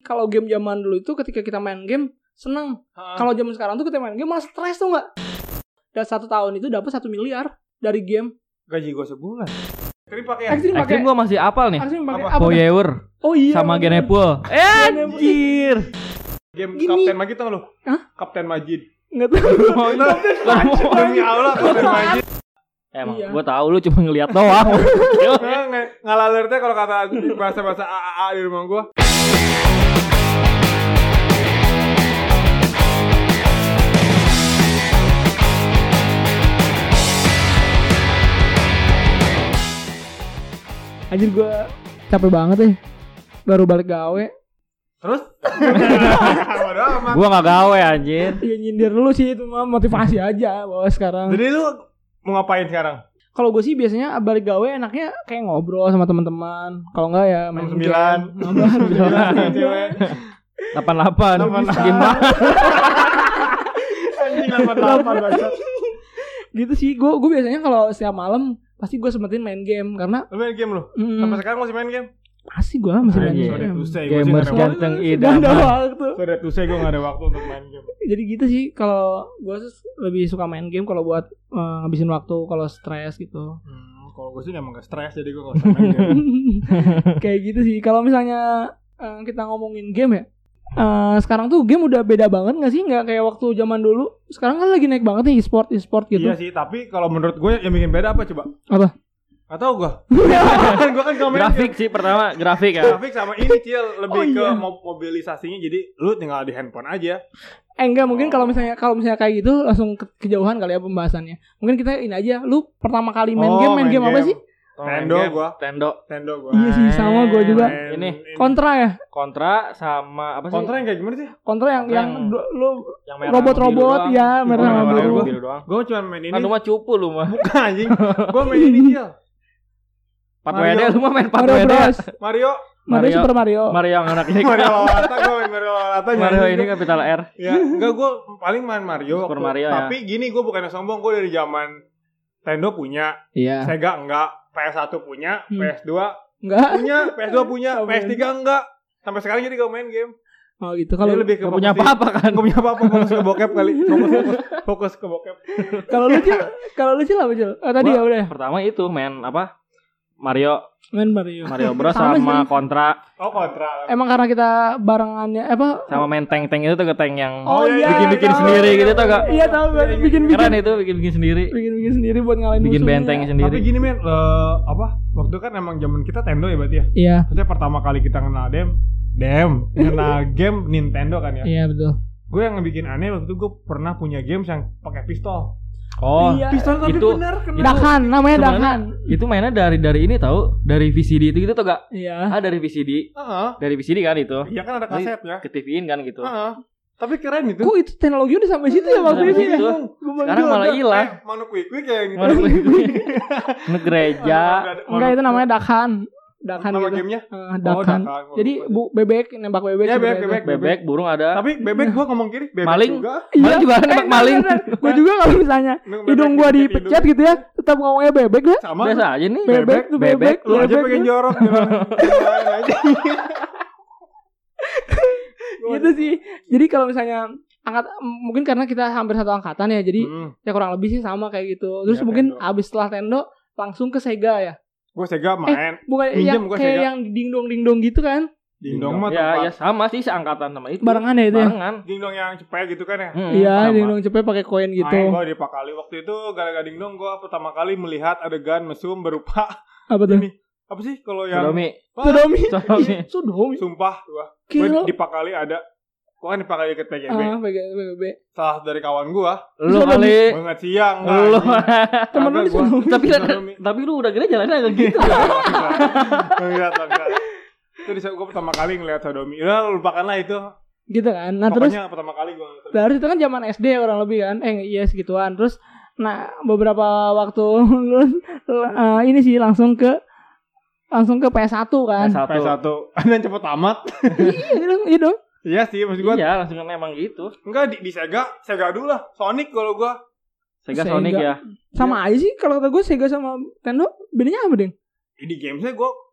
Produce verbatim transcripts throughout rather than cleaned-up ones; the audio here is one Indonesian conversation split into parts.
kalau game zaman dulu itu ketika kita main game seneng. Kalau zaman sekarang tuh kita main game malah stres tuh nggak? Dan satu tahun itu dapat satu miliar dari game. Gaji gue sebulan. Extreme pakai. Extreme gue masih apal nih. Voyeur. Oh iya. Sama Genepul. Eh anjir. Game Kapten Majid tau lu? Hah? Kapten Majid. Enggak tahu. Demi Allah Kapten Majid. Emang Iya. gue tahu lu cuma ngeliat doang. Ngalalernya kalau kata bahasa-bahasa A A A di rumah gue. Anjir gue capek banget ya. Baru balik gawe. Terus? Gue gak gawe anjir. Ya nyindir dulu sih itu mah motivasi aja bahwa sekarang. Jadi lu mau ngapain sekarang? Kalau gue sih biasanya balik gawe enaknya kayak ngobrol sama teman-teman. Kalau enggak ya main sembilan. Cewek. delapan delapan. Gimana? Anjing delapan delapan banget. Gitu sih. Gue gue biasanya kalau setiap malam pasti gue sempetin main game karena Lu main game lu? mm, Sampai sekarang masih main game? pasti gue masih main Anjir. game. Gamers ganteng Gak ada idaman. waktu. Sorry tuh saya gue gak ada waktu untuk main game. Jadi gitu sih kalau gue lebih suka main game kalau buat uh, ngabisin waktu kalau stres gitu. Hmm, kalau gue sih emang gak stres jadi gue gak usah main game. Kayak gitu sih. Kalau misalnya uh, kita ngomongin game ya, uh, sekarang tuh game udah beda banget nggak sih? Nggak kayak waktu zaman dulu. Sekarang kan lagi naik banget nih e-sport e-sport gitu. Iya sih, tapi kalau menurut gue yang bikin beda apa coba? Apa? Gak tau gue. Gue kan gak main Grafik sih pertama, grafik ya. Grafik sama ini Cil lebih Oh, ke iya. mo- mobilisasinya, jadi lu tinggal di handphone aja. Eh enggak, mungkin Oh. kalau misalnya kalau misalnya kayak gitu langsung ke- kejauhan kali ya pembahasannya. Mungkin kita ini aja, lu pertama kali main Oh, game main main game apa game. sih? Tendo gua. Tendo. Tendo gue. Iya sih, sama gue juga. Ini. Kontra ya? Kontra sama apa sih? Kontra yang kayak gimana sih? Kontra yang Kontra yang yang- du- lu Yang merah robot-robot sama biru ya, doang. merah sama Merah biru. sama biru doang. Gue cuma main ini. Kan lu mah cupu lu mah. Bukan anjing. Gue main ini Cil. empat W Mario. D lu mah main empat W Mario D. Bros. Mario. Mario Mario. Super Mario. Mario yang anak ini. Mario Lawata gue main Mario Lawata. Mario ini kapital R. Ya enggak, gue paling main Mario. Super waktu- Mario, ya. Tapi gini, gue bukannya sombong. Gue dari zaman Nintendo punya, Iya. Sega enggak, P S satu punya, Hmm. P S dua Enggak. punya, P S dua punya, Oh, P S tiga enggak. Sampai sekarang jadi gak main game. Oh gitu. Kalau Kalau lebih ke Gak punya fokus di- apa-apa kan? Gak punya apa-apa, fokus ke bokep kali. Fokus fokus fokus ke bokep. kalau lu Cil, kalau lu Cil apa Cil? Oh, tadi Gua- ya udah. Pertama itu main apa? Mario, Main Mario. Mario Bros Sama sama sih. Kontra, Oh, kontra. Emang karena kita barengannya apa? sama main tank-tank itu tuh ke tank yang Oh iya. bikin-bikin tahu. sendiri gitu tuh gak? Iya tahu gue bikin-bikin. Keren itu bikin-bikin sendiri. Bikin-bikin sendiri buat ngalahin Bikin musuhnya. benteng Tapi sendiri. gini men, eh, apa? Waktu kan emang zaman kita Nintendo ya berarti ya. Iya. Maksudnya pertama kali kita kenal dem, dem, kenal game Nintendo kan ya. Iya betul. Gue yang ngebikin aneh waktu itu gue pernah punya games yang pakai pistol. Oh, Iya. Pistol tapi itu- bener kena. Dakan namanya sebenarnya Dakan. itu mainnya dari dari ini tahu, dari V C D itu gitu tuh gak? Iya. Ah dari V C D, Heeh. dari V C D kan itu. Iya kan ada kasetnya. Ke T V-in kan gitu. Heeh. Tapi keren itu. Kok itu teknologi udah sampai situ ya waktu Sampai itu ya? situ. Gua baru Sekarang tahu. malah hilang. Eh, Manu Quick Quick kayak gitu. Mana Nge gereja. Enggak, itu namanya Dakan. Dakan Nama gitu. gamenya? Eh, Oh, Dakan. Dakan. Jadi bu, bebek nembak bebek. Ya, sebenarnya bebek, itu. Bebek, burung ada. Tapi bebek gue ngomong kiri, bebek Maling. juga. Maling juga ada nembak maling. Gue juga kalau misalnya Bebek hidung gue dikit dipecat hidung. gitu ya, tetap ngomongnya bebek ya. Sama. Biasa aja nih. Bebek tuh bebek. Lu aja bebek pengen tuh. jorok gimana? Gimana aja. Gitu sih. Jadi kalau misalnya angkat mungkin karena kita hampir satu angkatan ya, jadi Hmm. ya kurang lebih sih sama kayak gitu. Terus Ya, mungkin Tendo. abis setelah Tendo langsung ke Sega ya. Gue Sega main. Bukan Minjem yang gua kayak Sega. yang dingdong-dingdong gitu kan. Dingdong mah Ya, ya tempat. sama sih seangkatan sama itu. Barengan ya itu ya. Barengan. Dingdong yang cepet gitu kan ya. Hmm, Iya, sama. dingdong cepet pakai koin gitu. Main gue di Pakali waktu itu gara-gara dingdong gue pertama kali melihat adegan mesum berupa Apa tuh? ini. Apa sih kalau yang Sodomi. Wah, Sodomi. Sodomi. Ih, Sodomi. Sumpah gue. Gila. Di Pakali ada. Gue kan di Pakali deket P G B. Ah, P G B. Salah dari kawan gue. Lu Sodomi. kali. Banget siang. Lu. Temen lu di Sodomi. Tapi Sodomi. tapi lu udah gede jalannya agak gitu. Ngeliat ngeliat. Itu di gue pertama kali ngeliat sodomi. Ya lupakanlah itu. Gitu kan. Nah, terus Pokoknya pertama kali gue ngeliat sodomi. dari itu kan zaman S D kurang lebih kan. Eh, iya segituan. Terus nah, beberapa waktu lu uh, ini sih langsung ke langsung ke P S satu kan. P S P S satu. Dan cepet tamat. Iya dong, iya dong. Iya sih maksud gue. Iya, langsung kan emang gitu. Enggak di, di Sega. Sega dulu lah. Sonic kalau gue. Sega Sega. Sonic ya. Sama aja sih kalau kata gue Sega sama Nintendo bedanya apa, Ding? Di gamesnya gue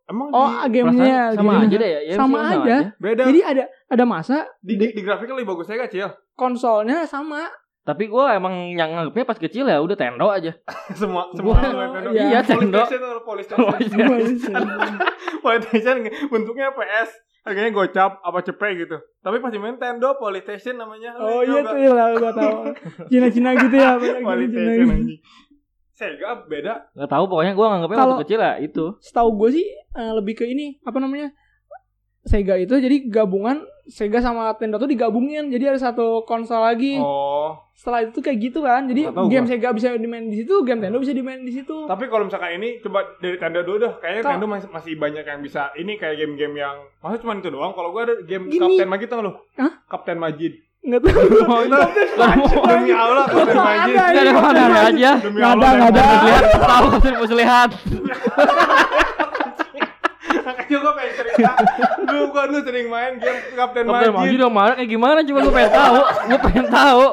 Emang Oh, di, gamenya sama gitu. aja deh ya. ya Sama maksudnya aja. beda. Jadi ada ada masa di, di, di grafiknya lebih bagus saya kecil. konsolnya sama. Tapi gue emang yang nganggepnya pas kecil ya udah Tendo aja. semua semua Gua- orang Nintendo. iya, Nintendo. PlayStation atau PlayStation. PlayStation bentuknya P S, harganya gocap apa cepet gitu. Tapi pasti Nintendo, PlayStation namanya. Oh iya tuh lah gua tahu. Cina-Cina gitu ya, Cina-Cina PlayStation gitu. anjing. Sega beda. Gak tahu pokoknya gue nganggepnya Kalau- waktu kecil ya itu. Setahu gue sih eh, lebih ke ini apa namanya? Sega itu jadi gabungan Sega sama Nintendo tuh digabungin. Jadi ada satu konsol lagi. Oh. Setelah itu kayak gitu kan. Jadi Nggak tahu game gua. Sega bisa dimain di situ, game Nintendo bisa dimain di situ. Tapi kalau misalkan ini coba dari Nintendo dulu dah. Kayaknya Kal- Nintendo masih, masih banyak yang bisa. Ini kayak game-game yang masa cuma itu doang. Kalau gua ada game Gini. Kapten Majid tau gak lu? Hah? Kapten Majid. Enggak tahu. Demi Allah Kapten Majid. ada, Ada mana ada aja. Demi Nggak Allah ada, nggak ada. Nintendo. Lihat tahu sih mau lihat. Makanya gue pengen cerita. Dulu gue dulu sering main game Kapten Kapten Majid Majid. yang mana kayak gimana coba gue pengen tahu. Gue pengen tahu.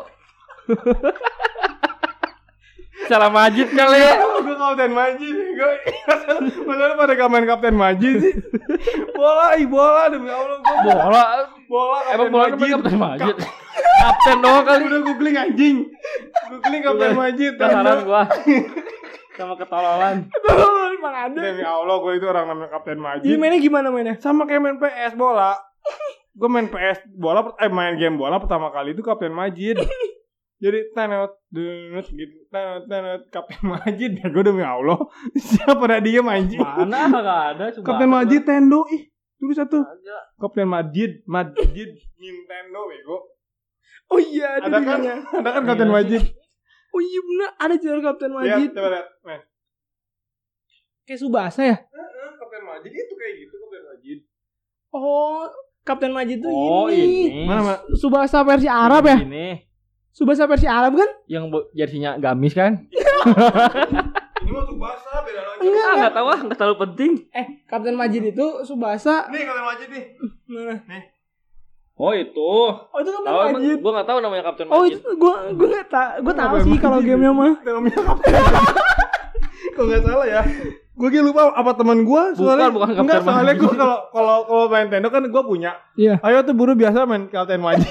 Salah Majid kali. Gue Kapten Majid. Gue masalah pada main Kapten Majid sih. Bola, ih bola demi Allah. Gua Bola. bola Kapten Emang bola Majid. namanya Kapten Majid. Kapten doang kali. Udah googling anjing. Googling Kapten Majid. Penasaran gue. Sama ketololan. Emang ada. Demi Allah gue itu orang namanya Kapten Jadi Majid. mainnya gimana mainnya? Sama kayak main P S bola. Gue main P S bola, eh main game bola pertama kali itu Kapten Majid. Jadi tenet, tenet, gitu, tenet, tenet, Kapten Majid. Ya gue demi Allah. Siapa pada diem anjing? Mana enggak ada coba. Kapten Majid Tendo, ih tulis satu. Kapten Majid, Majid Nintendo, bego. Oh iya, ada, Ada kan? videonya. Ada kan Kapten Iya Majid? Oh iya bener, ada jual Kapten Lihat, Majid. coba lihat. Men. Kayak Subasa ya? Heeh, Kapten Majid itu kayak gitu, Kapten Majid. Oh, Kapten Majid tuh Oh ini. ini. Mana, mana? Subasa versi Arab ya? Ini. Subasa versi Arab kan? Yang bo- jersinya gamis kan? Ini mah Tsubasa beda lagi. Enggak, Ah enggak tahu ah, enggak terlalu penting. Eh, Kapten Majid itu Subasa. Nih Kapten Majid nih. Nah. Oh itu. Oh itu Kapten Tahu emang Majid. gua enggak tahu namanya Kapten Oh Majid. itu gua gua enggak tahu. Gua tahu Kapten sih Majid kalau ini. gamenya mah. Namanya Kapten Majid. Kalau nggak salah ya. Gue kayak lupa apa teman gue soalnya bukan Kapten enggak soalnya Majid. gue kalau kalau kalau main Nintendo kan gue punya. Iya. Ayo tuh buru biasa main Kapten Majid.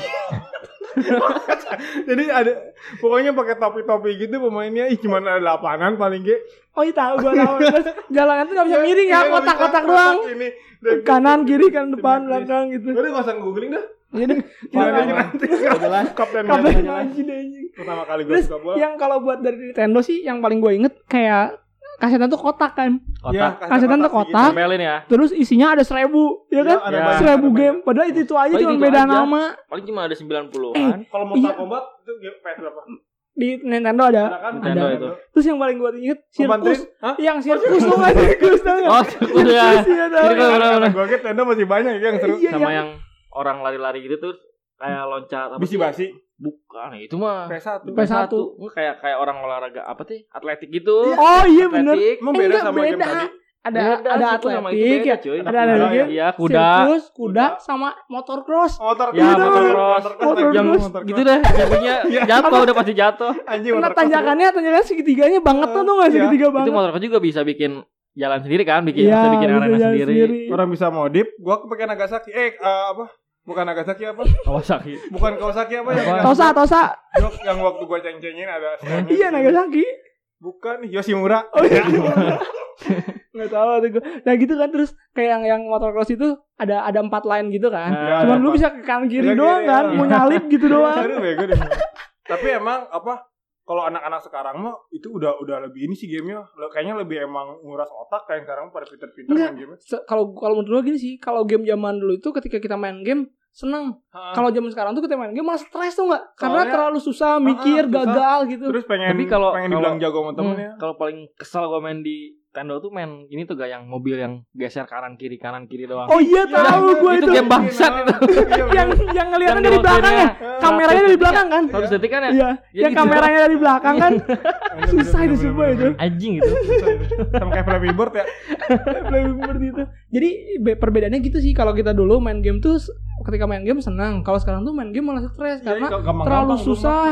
Jadi ada pokoknya pakai topi-topi gitu pemainnya ih cuma ada delapanan paling ge. Oh iya tahu gua tahu. Terus jalannya tuh enggak bisa miring ya, Iya, nggak kotak-kotak bisa, doang. kotak ini. Dan- Kanan, kiri, kan Tim depan, Inggris. belakang gitu. Gue udah nggak usah googling dah. Iya deh. Jangan Iya, aja nanti. jelas. Kapten Kapten Majid. Majid anjing. Pertama kali gue Terus suka bola. yang kalau buat dari Nintendo sih yang paling gue inget kayak kasetnya tuh kotak kan. Kotak. Kasetan tuh kotak. Tempelin ya. Terus isinya ada seribu, ya kan? Iya, ada Ya. banyak, Seribu ada game. Padahal itu itu aja Oh, cuma itu-itu beda aja. nama. Paling cuma ada sembilan puluh Eh, kan. Kalau Mortal Iya. Kombat itu game P S berapa? Di Nintendo ada. Ada kan? Nintendo Ada. itu. Terus yang paling gue inget Mau bantuin? sirkus. Hah? Yang sirkus tuh kan sirkus tuh Oh, sirkus ya. Iya tahu. Sirkus. bener-bener. Gue kira Nintendo masih banyak ya yang seru. Iya, Sama yang- yang orang lari-lari gitu tuh kayak loncat apa Bisi sih? basi. Bukan, itu mah P S satu. P S satu. Enggak kayak kayak orang olahraga apa sih? Atletik gitu. Oh iya bener. Atletik. Emang Eh, beda enggak, sama game beda. tadi? Ada Beda, ada sirkus sama itu atletik beda, ya. cuy. Ada ada Kuda, game. Iya, kuda. Sirkus, kuda sama motocross. Motor Ya, cross. motocross. Motocross. Yang Motor gitu deh, jadinya Iya. jatuh udah pasti jatuh. Anjing Kena motor cross. tanjakannya, tanjakan segitiganya banget tuh tuh nggak Iya. segitiga Itu banget. motor juga bisa bikin jalan sendiri kan, bikin Iya, bisa bikin bisa arena jalan sendiri. Orang bisa modif. Gua pakai Nagasaki. Eh, eh, apa? Bukan Nagasaki apa? Kawasaki. Bukan Kawasaki apa ya? Apa? Tosa, Tosa. Yang, yang waktu gua ceng-cengin ada stand-nya Iya di- Nagasaki. Bukan Yoshimura. Oh iya. Nggak tahu tuh gue. Nah gitu kan terus kayak yang yang motocross itu ada ada empat line gitu kan. Nah, Cuman ada lu empat. bisa ke kanan kiri Bisa doang kiri, kan, ya. mau nyalip gitu doang. Seru bego deh. Tapi emang apa? Kalau anak-anak sekarang mah itu udah udah lebih ini sih gamenya. Lo- Kayaknya lebih emang nguras otak kayak sekarang pada pinter-pinter Enggak. main game. Se- Kalau kalau menurut gue gini sih, kalau game zaman dulu itu ketika kita main game seneng. Kalau zaman sekarang tuh kita main game malah stres tuh nggak? Karena Soalnya- terlalu susah mikir, susah. gagal gitu. Terus pengen Tapi kalau- pengen kalau- dibilang jago sama temennya. Kalau paling kesel gua main di Nintendo tuh main ini tuh gak yang mobil yang geser kanan kiri kanan kiri doang. Oh iya tahu gue itu itu. game bangsat itu. Yang yang ngeliatnya Yang dari belakang ya. waktunya Kameranya dari belakang kan? seratus detik kan ya? Iya. Ya Yang gitu. kameranya dari belakang kan. Susah itu semua itu. Anjing itu. Sama kayak Flappy Bird ya. Lebih seperti itu. Jadi be- perbedaannya gitu sih. Kalau kita dulu main game tuh s- ketika main game senang. Kalau sekarang tuh main game malah stres karena Jadi gampang-gampang terlalu dulu susah. mah.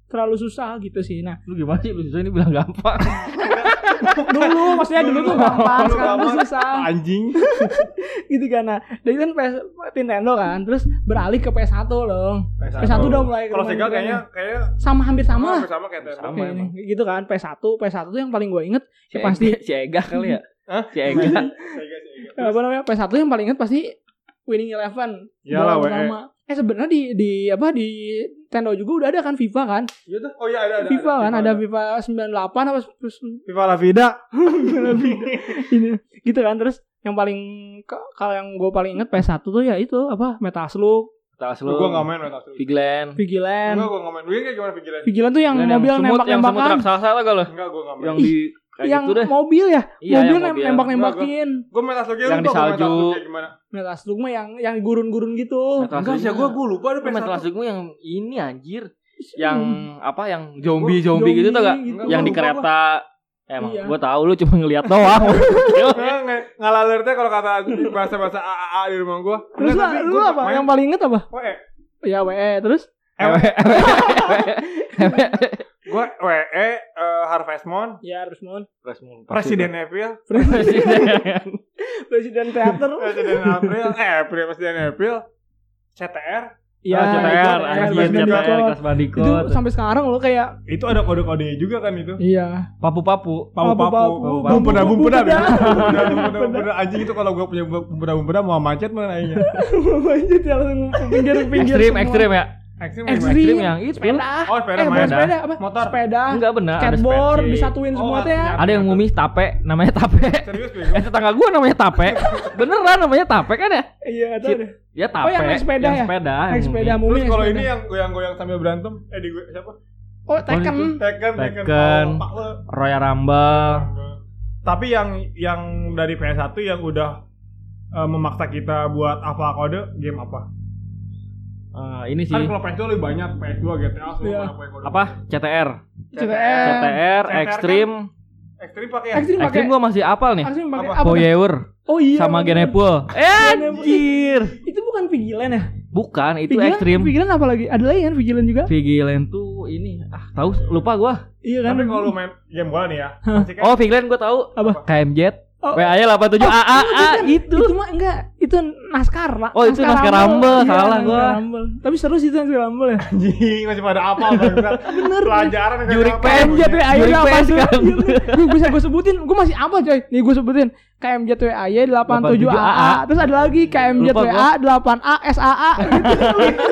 terlalu susah gitu sih. Nah, Lu gimana sih? Lu susah ini bilang gampang. dulu maksudnya dulu tuh gampang, Dulu sekarang tuh gampang. susah. Anjing. Gitu kan. Nah, dari kan P S Nintendo kan, terus beralih ke P S satu dong. P S satu udah mulai Kalau Sega keren-keren. kayaknya kayak sama hampir sama. sama kayak Nintendo. Sama Oke, emang. nih, gitu kan. P S satu, P S satu tuh yang paling gue inget Si ya pasti Ega- si Ega kali ya. Hah? Si Ega. Sega, Sega. apa namanya? P S satu yang paling inget pasti Winning Eleven. Iyalah, Bola W E. pertama. Eh sebenarnya di di apa di Nintendo juga udah ada kan FIFA kan? Iya tuh. Oh iya ada ada. FIFA kan ada FIFA sembilan puluh delapan apa FIFA La Vida. ini gitu kan. Terus yang paling ke- kalau yang gue paling inget P S satu tuh ya itu apa Metal Slug, Tas Lu lu. gua enggak main Metal Slug. Vigilant. Vigilant. Enggak gua enggak main. Lu kayak gimana Vigilant? Vigilant tuh yang Vigilant mobil semut, yang semut nembak-nembakan. raksasa lah kalau. Enggak gua enggak main. Yang di kayak Yang gitu deh. mobil ya, Iya, mobil yang nem- mobil. nembak-nembakin. Gua Metal Slug Yang di salju. gimana? Metal Slug mah yang yang gurun-gurun gitu. Metal Enggak sih, Slug gua mah- gua lupa ada P S Metal satu. Slug yang ini anjir. Yang apa yang Zombie zombie-zombie gitu tau gak? gitu. Yang di Gua lupa kereta. Emang Iya. gua tahu lu cuma ngeliat doang. Nggak ngalalir teh kalau kata bahasa-bahasa A A A di rumah gua. Terus Enggak, lah, tapi lu gua apa? main- Yang paling inget apa? W E. Ya W E terus Gua W E eh, Harvest Moon, ya harus mohon Resident Evil, Presiden. Presiden Theater. Resident Evil, eh Resident Evil, C T R. Ya, C T R, itu, anjir, Crash C T R, Bandicoot. Crash Itu Bandicoot. sampai sekarang lo kayak Itu ada kode-kodenya juga kan itu. iya. Papu-papu. Papu-papu, Papu-papu, bumpeda bumpeda, bumpeda. bumpeda bumpeda anjing itu kalau gua punya bumpeda bumpeda mau macet mana aja. Lanjut ya langsung pinggir-pinggir. Ekstrim, semua. ekstrim ya. Ekstrim, Ekstrim. Ekstrim yang itu. Sepeda. Oh, sepeda eh, bukan main. sepeda apa? Motor. Sepeda. Enggak benar. ada Skateboard spacing. disatuin Oh, semua teh ya. artinya- Ada yang ngumi tape, namanya tape. Serius Eh bego. tetangga gua namanya tape. Beneran namanya tape kan ya? Iya, itu Shit. deh. Ya tape. Oh, yang naik sepeda yang ya? sepeda. Naik yang sepeda ngumi. mumi Terus naik kalau sepeda. ini yang goyang-goyang sambil berantem, eh di siapa? Oh, Tekken. Tekken, Tekken. Pak Le. Royal Rumble. Tapi yang yang dari P S satu yang udah eh, memaksa kita buat hafal kode game apa? Eh, ini sih Kan kalau P S dua lebih banyak, P S dua G T A semua Iya. pada pakai kode. apa? C T R. C T R. C T R, Extreme. Ekstrim pakai ya? Ekstrim pakai. Extreme gua masih apal nih. Ekstrim pakai Apa? apa? dah? Voyeur Oh iya. sama bener. Genepul. Eh anjir. Itu bukan Vigilant ya? Bukan, itu Vigilant, Extreme. Vigilant apa lagi? Ada lagi kan Vigilant juga? Vigilant tuh ini ah tahu lupa gua. Iya kan? Tapi kalau lu main game bola nih ya, pasti kan Oh, Vigilant gua tahu. Apa? K M Z. Oh. W A Y delapan tujuh A A A itu. Itu mah enggak, itu naskar lah. Oh, itu naskar Rumble, Iya, salah naskar gua. Rumble. Tapi seru sih itu naskar Rumble ya. anjing masih pada apal bangsat. Bener. Pelajaran yang Jurik apa, K M Z W anjing. A Y Jurik delapan P S tujuh. kan. Gue bisa gue sebutin, gue masih apa coy? Nih gue sebutin K M Z W A Y delapan tujuh A A. Terus ada lagi K M Z Lupa W gua. A delapan A S A A gitu.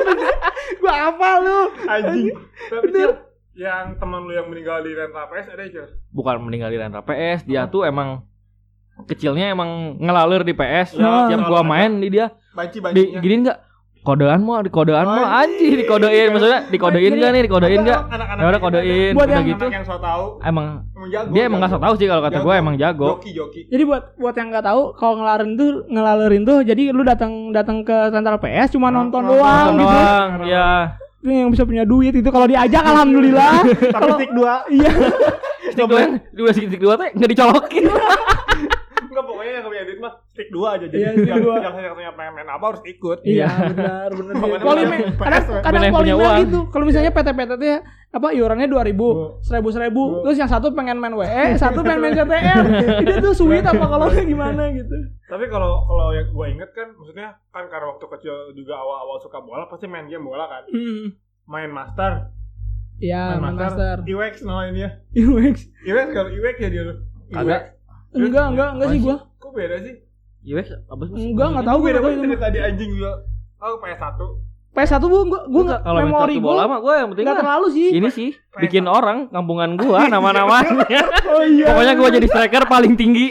Gue apa lu? Anjing. Tapi Cil, yang teman lu yang meninggal di rental P S ada ya? Bukan meninggal di rental P S, dia tuh emang kecilnya emang ngelalir di P S. Ya, Tiap gua main di dia Banci di bancinya. giniin enggak? Kodean mau, dikodean mau Anjing. anjing, dikodein maksudnya dikodein enggak nih, dikodein enggak? Anak-anak Ya udah kita kodein, Buat udah yang gitu. Anak yang so tahu Emang emang jago. dia emang enggak so tahu sih kalau kata gua emang jago. Joki joki. Jadi buat buat yang nggak tahu kalau ngelarin tuh ngelalerin tuh jadi lu datang datang ke rental P S cuma nonton Nonton doang Nonton gitu. doang, ya. Itu yang bisa punya duit itu kalau diajak alhamdulillah. Tapi Kalau stick dua. iya. Stick dua, dua stick dua teh enggak dicolokin. Enggak pokoknya yang punya duit mah stick dua aja. Jadi Iya, stick yang dua. yang yang pengen main apa harus ikut. Iya benar benar. Pokoknya Polime P S, kadang P S. kadang Bener yang punya polime uang. gitu. Kalau misalnya P T P T tuh ya apa iurannya dua ribu, seribu seribu. Terus yang satu pengen main W E, satu pengen main C T R. Itu tuh sweet apa kalau nggak gimana gitu. Tapi kalau kalau yang gue inget kan maksudnya kan karena waktu kecil juga awal-awal suka bola pasti main game bola kan. Hmm. Main master, Iya, main main master. I W X namanya dia. U X. I W X kalau I W X ya dia tuh. Kagak. Enggak, enggak, enggak sih gua. Kok beda sih? I W X apa sih? Enggak, enggak tahu Gue beda gua. banget dari tadi anjing juga. Oh P S satu. P S satu gua gua, gua enggak Kalau main memori kartu bola gua mah gua yang penting enggak mah terlalu sih. ini sih bikin orang kampungan gua nama-namanya. Oh iya. Pokoknya gua jadi striker paling tinggi.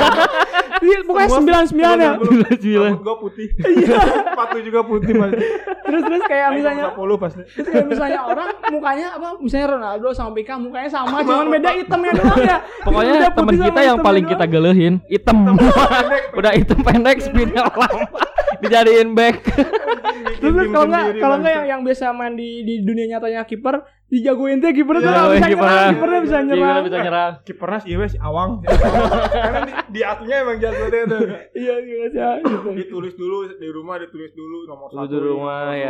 Iya, pokoknya sembilan sembilan ya. Sembilan. Gue putih. Sepatu juga putih mas. Terus terus kayak misalnya sepuluh pasti. terus kayak misalnya orang mukanya apa misalnya Ronaldo sama Beckham mukanya sama cuman beda itemnya doang ya. Pokoknya Udah teman putih kita sama yang hitamnya paling doang. kita gelehin hitam. Udah hitam pendek speednya lama. Dijadiin back. Terus terus kalau nggak kalau nggak yang yang biasa main di di dunia nyatanya kiper dijagoin tuh kiper tuh nggak bisa nyerang, kipernya bisa nyerang. bisa nyerang. Kipernya si I W X si Awang. Karena di, di atunya emang jago dia tuh. Iya iya iya. gitu. Ditulis dulu di rumah ditulis dulu nomor Dulu satu di rumah, nomor ya. dua,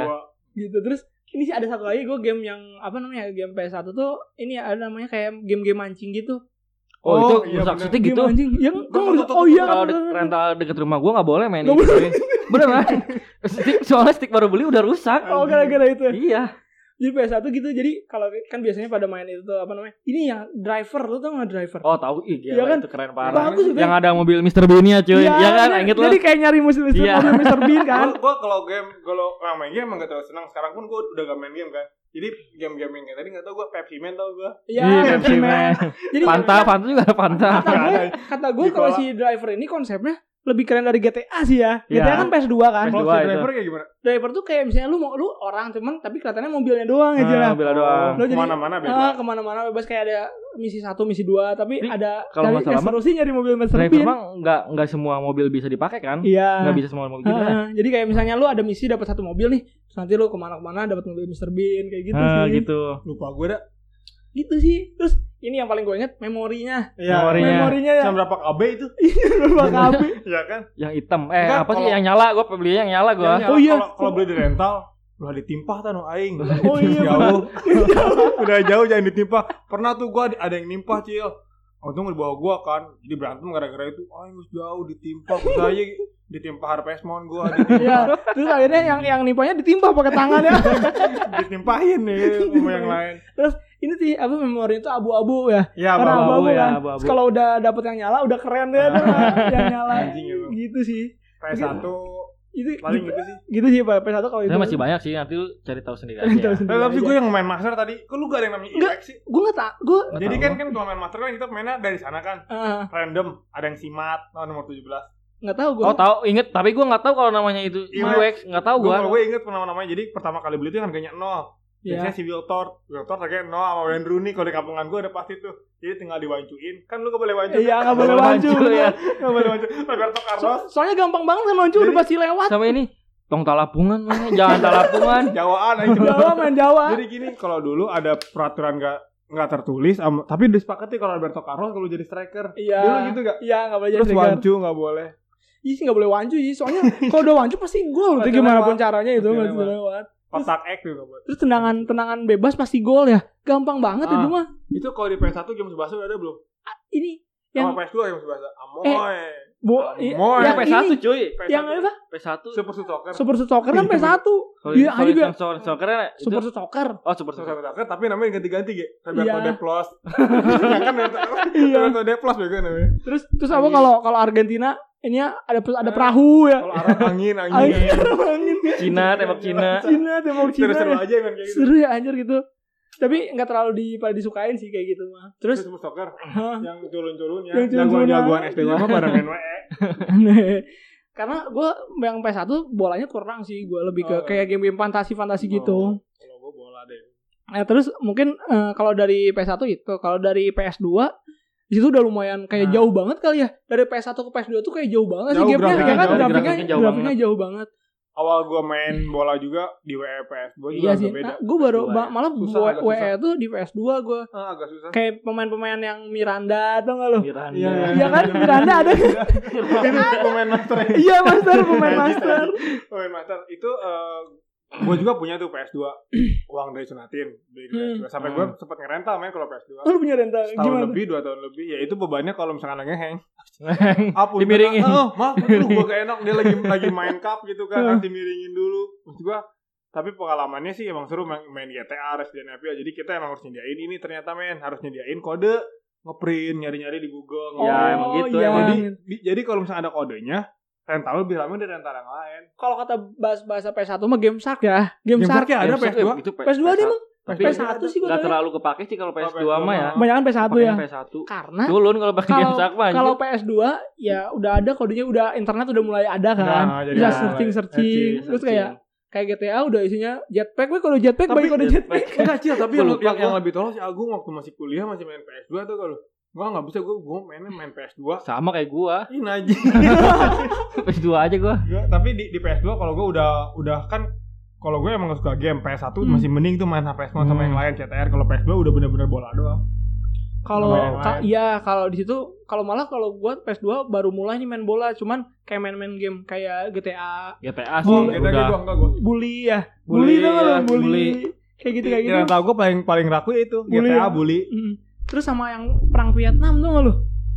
Gitu. Terus ini sih ada satu lagi gue game yang apa namanya game P S satu tuh ini ada namanya kayak game-game mancing gitu. Oh, Oh, itu iya rusak bener. stick gitu. Game mancing. Yang Gua kan tuh- oh iya Kalau bener, de- bener. rental deket rumah gua enggak boleh main Nggak itu. Beneran. Stick soalnya stick baru beli udah rusak. Oh gara-gara itu. Iya. Jadi P S satu gitu. Jadi kalau kan biasanya pada main itu tuh apa namanya? Ini yang driver, lu tau enggak driver? Oh, tahu ih Iya gila kan? itu keren parah. Bagus itu. Yang ada mobil mister Bean-nya cuy. Iya kan? jadi- Ingat lo? Jadi kayak nyari musim-musim Iya. mobil mister Bean kan. Gue kalau game kalau nah, main game emang gak terlalu senang. Sekarang pun gue udah gak main game kan. Jadi game-game yang kayak tadi gak tau gue Pepsi Man tau gue. Iya, Iya, Pepsi Pepsi Man. Man. Jadi Fanta, Fanta juga ada Fanta. kata gue, Ada. kata gue Di kalau kolam. si driver ini konsepnya lebih keren dari G T A sih ya. G T A Iya. kan P S dua kan. P S dua. Kalau si itu. driver kayak gimana? Driver tuh kayak misalnya lu mau lu orang cuman tapi kelihatannya mobilnya doang aja Ah, lah. mobilnya doang. Lo jadi- Kemana-mana bebas. Ah, kemana-mana bebas kayak ada misi satu, misi dua, tapi Tapi ada kalau dari nggak salah yang seru sih nyari mobil mister Driver Bean. mah enggak enggak semua mobil bisa dipakai kan? Iya. Enggak bisa semua mobil gitu Ah, kan? ah. Jadi kayak misalnya lu ada misi dapat satu mobil nih, terus nanti lu kemana-kemana dapat mobil mister Bean kayak gitu Ah, sih. gitu. Lupa gue dah. Gitu sih. Terus ini yang paling gue inget memorinya. Iya. Memorinya. Memorinya ya. Jam berapa K B itu? Berapa K B? Iya kan? Yang hitam. Eh, Enggak, apa sih kalau- yang nyala? Gua belinya yang nyala gua. Yang nyala, Oh iya. Kalau kalau beli di rental udah ditimpah kan aing. Oh iya, Jauh. Udah jauh jangan ditimpah. Pernah tuh gua ada yang nimpah Cil. Untung di bawah gua kan. Jadi berantem gara-gara itu. Aing oh, jauh ditimpah. Saya ditimpa Harvest Moon gua ditimpah. Iya. Terus akhirnya yang yang nimpanya ditimpa pakai tangan ya. Ditimpahin nih sama yang lain. Terus ini sih apa memori itu abu-abu ya. Ya, Karena Bang. abu-abu ya, kan. abu-abu. Terus kalau udah dapet yang nyala udah keren deh tuh, yang nyala. Anjing ya, Bang. Gitu sih. P S satu Itu paling gitu, gitu sih. gitu sih Pak P S satu kalau itu. Saya masih banyak sih, nanti lu cari tahu sendiri Cari tahu aja. sendiri. Tapi aja. gue yang main master tadi, kok lu gak ada yang namanya Enggak. Ilex sih? Gue nggak tak, gue Nggak Jadi tahu. kan kan kalau main master kan kita mainnya dari sana kan, uh, random, ada yang simat, oh, nomor tujuh belas. nggak tahu gue. Oh, tahu, inget, tapi gua enggak tahu kalau namanya itu Iya. U X, enggak tahu Gue gua. kalau gue inget nama namanya, jadi pertama kali beli itu harganya nol. Biasanya Ya. si Wiltord, Wiltord harganya nol sama Wayne Rooney. Kalau di kampungan gue ada pasti tuh. Jadi tinggal diwancuin. Kan lu gak boleh wancu. Iya kan? nggak boleh wancu ya. Gak boleh wancu. Roberto Carlos. So- soalnya gampang banget sama wancu udah Jadi- pasti lewat. Sama ini, tong talapungan mana? Jangan talapungan. Jawaan aja. Jawa main Jawa. Jadi gini, kalau dulu ada peraturan gak nggak tertulis, am- tapi disepakati kalau Roberto Carlos kalau jadi striker. Iya. Dulu gitu gak? Iya nggak boleh jadi Terus striker. wancu gak boleh. Iya sih nggak boleh wancu sih. Soalnya kalau udah wancu pasti gol. Itu Pasti gimana lewat. pun caranya itu Pasti pasti lewat. lewat. Kotak X juga boleh. Terus tendangan tendangan bebas pasti gol ya. Gampang banget Ah. itu mah. Itu kalau di P S satu game sebahasa udah ada belum? Ini Sama yang P S dua game sebahasa. Amoy. bo Amoy. yang P S satu ini, cuy. P S yang satu. apa? P S satu. Super Soccer. Super Soccer kan P S satu. Kalau Iya, itu aja juga. Super Soccer itu Super Soccer. Oh, Super Super Soccer. Soccer tapi namanya ganti-ganti gitu. Roberto Iya. De Plus. Ya kan Iya. Roberto De Plus juga namanya. Terus terus apa kalau kalau Argentina ini ada ada perahu ya. Kalau Arab angin, angin. Angin, angin. Cina, tembak Cina. Cina tembok Cina. Seru-seru ya. aja kan kayak gitu. Seru ya anjir gitu. Tapi nggak terlalu di pada disukain sih kayak gitu mah. Terus Terus Super Soccer hah, yang culun-culun ya, Yang culun-culun. jagoan-jagoan S D-nya mah pada main W E. aneh. Karena gue yang P S satu bolanya kurang sih. Gue lebih ke Oh. kayak game-game fantasi-fantasi gitu. Kalau gua bola deh. Nah, terus mungkin eh, kalau dari P S satu itu, kalau dari P S dua di situ udah lumayan kayak Nah. jauh banget kali ya. Dari P S satu ke P S dua tuh kayak jauh banget sih Jauh, gamenya, grafiknya ya kan? jauh, Grafiknya, grafiknya jauh grafiknya jauh banget. Awal gua main bola juga di W E P S dua juga Iya agak sih. beda. Nah, gue baru P S dua ba- ya. malah Susah, W- agak W E susah. tuh di P S dua gue Ah, agak susah. kayak pemain-pemain yang Miranda atau enggak lo? Miranda. Iya, Iya kan? Miranda ada. Ini pemain master. Iya, master pemain master. Pemain master itu eh gua juga punya tuh P S dua. Uang dari Sunatin beli di P S dua. Sampai gua Hmm. sempet ngerental main kalau P S dua. Oh, lu punya rental Setahun gimana? lebih, dua tahun lebih. Ya itu bebannya kalau misalkan lagi hang. Dimiringin. Oh, maaf, lu gua gak enak dia lagi lagi main cup gitu kan, Hmm. harus dimiringin dulu. Maksud gua, tapi pengalamannya sih emang seru main, main G T A, Resident Evil. Jadi kita emang harus nyediain ini ternyata men, harus nyediain kode, ngeprint, nyari-nyari di Google. Ya, ngeprint. emang gitu, iya. Jadi di- jadi kalau misalnya ada kodenya, rental lebih lama dari rental yang lain. Kalau kata bahasa bahasa P S satu mah Game Shark ya. Game, Game Shark. Shark ya ada P S dua. Itu P S dua dia mah. Tapi P S satu sih gue enggak tahu. terlalu kepake sih kalau P S Oh, dua P S dua mah ya. mah. Kebanyakan P S satu ya. Pakainya P S satu. Karena Culun kalau pakai Game kalau Shark mah. kalau anjir. P S dua ya udah ada kodenya, udah internet udah mulai ada kan. Nah, jadi Bisa mulai searching searching. searching, Terus kayak kayak G T A udah isinya jetpack. Gue kalau jetpack Tapi baik kode jetpack. Enggak Cil, tapi Gua yang, lupa yang, yang gua. lebih tolol si Agung waktu masih kuliah masih main P S dua tuh kalau. Gua enggak bisa, gua gua mainnya main P S dua. Sama kayak gua. Ini aja. P S dua aja gua. Gua- tapi di, di P S dua kalau gue udah udah kan kalau gue emang gak suka game. P S satu Hmm. masih mending tuh main H P S sama Hmm. yang lain C T R. Kalau P S dua udah bener-bener bola doang. Kalau Main yang ka, lain. iya kalau di situ kalau malah kalau gua P S dua baru mulai nih main bola, cuman kayak main-main game kayak G T A, G T A sih Oh, kita udah. gua enggak gua. bully ya. Bully, Bully tuh ya, lo bully. bully. Kayak gitu kayak gitu. Yang tahu gua paling paling raku itu G Bully T A ya. bully. Mm. Terus sama yang perang Vietnam tuh nggak lu?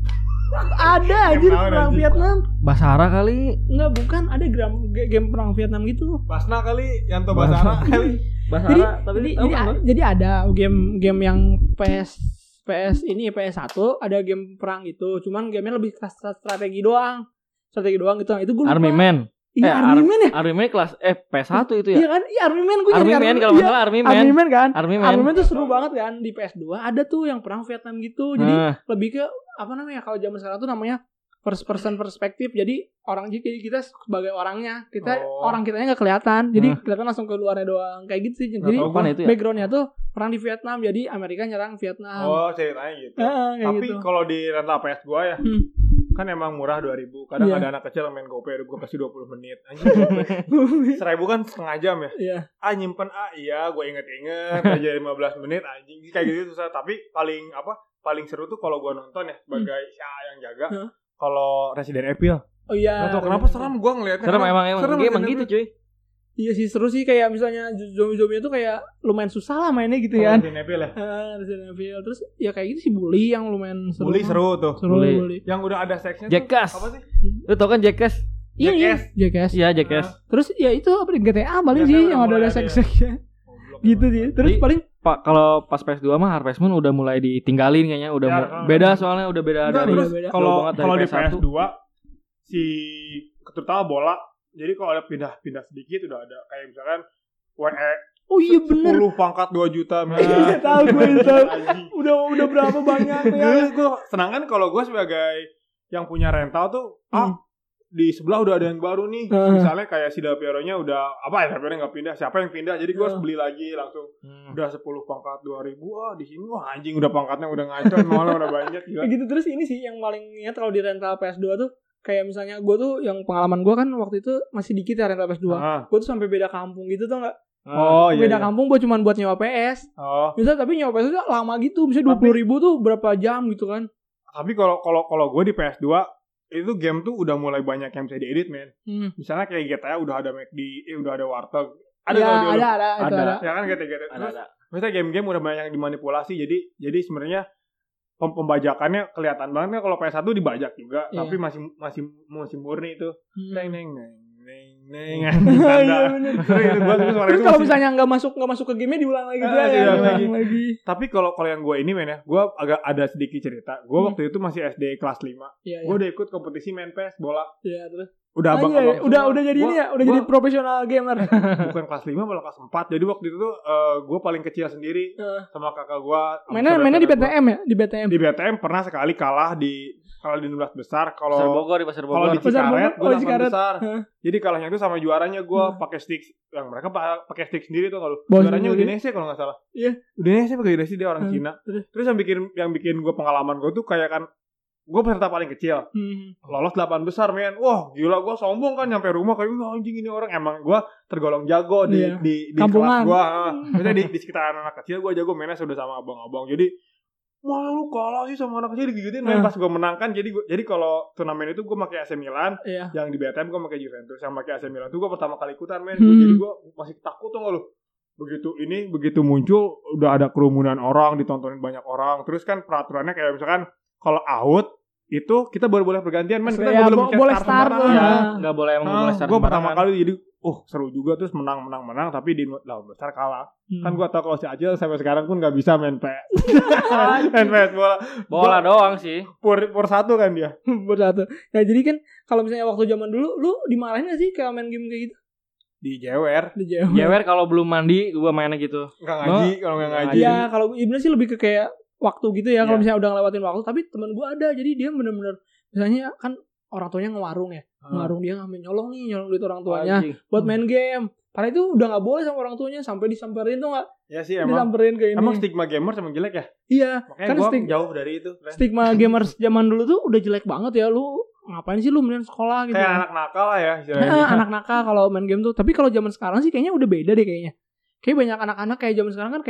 Ada aja Yang perang anjing. Vietnam. Basara kali. Enggak, bukan, ada game game perang Vietnam gitu. Basna kali, Yanto Basara kali. Basara Jadi tapi jadi, tahu jadi, kan, a- jadi ada game-game yang P S P S ini P S satu ada game perang gitu. Cuman gamenya lebih stra- stra- strategi doang. Strategi doang gitu. Nah, itu gue lupa. Army Man. Iya, Eh, Army Ar- Man ya? Army Man kelas eh P S satu itu Iya ya. kan? Iya, Army Man gue Army Man kalau nggak iya, salah Army Army Man. Man kan? Army Man. Army Man tuh seru banget kan di P S dua. Ada tuh yang perang Vietnam gitu. Jadi Nah, lebih ke apa namanya? Kalau zaman sekarang tuh namanya first person perspektif. Jadi orang jadi kita sebagai orangnya, kita Oh. orang kitanya nggak kelihatan. Jadi Hmm. kelihatan langsung ke luarnya doang. Kayak gitu sih. Nggak Jadi tahu apaan itu ya? backgroundnya tuh perang di Vietnam. Jadi Amerika nyerang Vietnam. Oh, ceritanya gitu. Heeh, kayak Tapi gitu. kalau di rental P S gua ya, Hmm. kan emang murah dua ribu. Kadang Iya. ada anak kecil yang main GoPay, gua kasih dua puluh menit. Anjing GoPay. seribu kan setengah jam ya. Iya. Ah nyimpen ah iya gua inget-inget aja lima belas menit anjing kayak gitu susah. Tapi paling apa? Paling seru tuh kalau gua nonton ya sebagai si A yang jaga. Huh? Kalau Resident Evil. Oh iya. Gak tau kenapa seram gua ngeliatnya. serem Karena emang emang serem dia emang Resident gitu Evil. cuy. Iya sih seru sih, kayak misalnya zombie-zombie itu kayak lumayan susah lah mainnya gitu Kalau kan. Resident Evil ya. Ah, Resident Evil. Terus ya kayak gitu sih bully yang lumayan seru. Bully seru tuh. Seru Bully. bully. Yang udah ada seksnya Jackass. tuh apa sih? Lu tau kan Jackass? Iya, iya. Jackass. Jackass. Iya Jackass. Terus ya itu apa di G T A paling G T A sih udah yang ada mulai ada ada ya. seks-seksnya. Goblok. Gitu sih. Terus Jadi- paling Pak kalau pas P S dua mah Harvest Moon udah mulai ditinggalin kayaknya udah Ya, mu- kan. beda soalnya udah beda Enggak, dari terus beda. kalau jauh banget dari kalau di P S P S satu. dua si terutama bola. Jadi kalau ada pindah-pindah sedikit udah ada kayak misalkan W E oh iya bener. sepuluh pangkat dua juta Iya, tahu gue itu. Anjing. Udah udah berapa banyak ya. Terus gue senang kan kalau gue sebagai yang punya rental tuh ah Hmm. di sebelah udah ada yang baru nih. Uh. Misalnya kayak si Del Piero-nya udah apa ya, Del Piero nggak pindah, siapa yang pindah? Jadi gue Uh. beli lagi langsung Hmm. udah sepuluh pangkat dua ribu. Ah di sini wah anjing udah pangkatnya udah ngaco, malah udah banyak gila. Kayak gitu. Terus ini sih yang paling ingat kalau di rental P S dua tuh kayak misalnya gue tuh yang pengalaman gue kan waktu itu masih dikit ya rental P S dua. Ah. Gue tuh sampai beda kampung gitu tuh nggak? Oh iya. Beda iya. kampung buat cuman buat nyewa P S. Oh. Bisa tapi nyewa P S itu lama gitu, bisa dua puluh ribu tuh berapa jam gitu kan? Tapi kalau kalau kalau gue di P S dua itu game tuh udah mulai banyak yang bisa diedit men. Hmm. Misalnya kayak G T A udah ada McD, eh, udah ada Warteg. Ada Ya, nggak dulu? ada, ada, itu Ada. ada. Ya kan G T A. G T A. Ada Terus ada. misalnya game-game udah banyak yang dimanipulasi. Jadi jadi sebenarnya pem- pembajakannya kelihatan banget kan kalau P S satu dibajak juga, Iya. tapi masih masih masih murni itu. Hmm. Neng neng neng neng neng. Iya bener. Terus itu gua tuh suara Terus itu kalau masih- misalnya nggak masuk nggak masuk ke game diulang lagi tuh Ah, ya, diulang diulang lagi. lagi. Tapi kalau kalau yang gue ini men ya, gue agak ada sedikit cerita. Gue Hmm. waktu itu masih S D kelas lima. Iya, Gue iya. udah ikut kompetisi main P S bola. Iya, terus. Udah Ah, abang iya, abang udah semua. udah jadi Gua- ini ya, udah gua- jadi profesional gamer. bukan kelas lima malah kelas empat. Jadi waktu itu tuh uh, gue paling kecil sendiri Heeh. sama kakak gue. Mainnya mainnya di B T M ya, di B T M. Di B T M pernah sekali kalah di kalah di enam belas besar. Pasar Kalau Bogor di Pasar kalau di Bogor. Pasar Cikaret Bogor, gue oh, di delapan Cikaret. besar. Heeh. Jadi kalahnya itu sama juaranya gue Hmm. pakai stick. Yang mereka pa- pakai stick sendiri tuh kalau Bawa juaranya sendiri. Udinese kalau nggak salah. Iya. Udinese pakai Udinese dia orang Hmm. Cina. Terus? Terus yang bikin yang bikin gue pengalaman gue tuh kayak kan gue peserta paling kecil. Hmm. Lolos delapan besar men. Wah gila gue sombong kan nyampe rumah kayak wah anjing ini orang emang gue tergolong jago di Iya. di di Kampungan. kelas gue. Maksudnya di, di sekitar anak kecil gue jago mainnya sudah sama abang-abang. Jadi wah lu kalah sih sama anak kecil digigituin main Nah. pas gue menang kan. Jadi gua, jadi kalau turnamen itu gue pakai A C Milan, Iya. yang di B T M gue pakai Juventus, yang pakai A C Milan itu gue pertama kali ikutan men. Hmm. Jadi gue masih takut tuh nggak lu. Begitu ini begitu muncul udah ada kerumunan orang, ditontonin banyak orang. Terus kan peraturannya kayak misalkan kalau out itu kita baru boleh pergantian men. Kita Ya, nggak boleh bo- mencet boleh start start sembarangan. tuh. Ya, Ah. enggak boleh emang Nah, boleh start gue pertama sembarangan. kali jadi uh seru juga terus menang menang menang tapi di delapan besar kalah. Hmm. Kan gue tau kalau si Acil sampai sekarang pun nggak bisa main P S. main P S bola. Bola doang sih. Pur pur satu kan dia. bersatu. Nah, jadi kan kalau misalnya waktu zaman dulu lu dimarahin gak sih kalau main game kayak gitu? Di jewer. Di game. Jewer kalau belum mandi gua mainnya gitu. Nggak ngaji kalau nggak ngaji. Iya, kalau Ibnu sih lebih ke kayak waktu gitu ya, kalau Iya. misalnya udah ngelewatin waktu. Tapi temen gue ada, jadi dia bener-bener misalnya kan orang tuanya ngewarung ya, Hmm. ngewarung dia ngambil nyolong nih, nyolong duit orang tuanya Anjing. buat main game. Padahal itu udah nggak boleh sama orang tuanya, sampai disamperin tuh nggak? Ya sih emang. Disamperin ke ini. Emang stigma gamers emang jelek ya? Iya, Makanya kan gue stig- jauh dari itu. Ren. stigma gamers zaman dulu tuh udah jelek banget ya. Lu ngapain sih lu mending sekolah gitu? Kayak anak nakal lah ya istilahnya. Nah, anak nakal kalau main game tuh. Tapi kalau zaman sekarang sih kayaknya udah beda deh kayaknya. Kayak banyak anak-anak kayak zaman sekarang kan kayak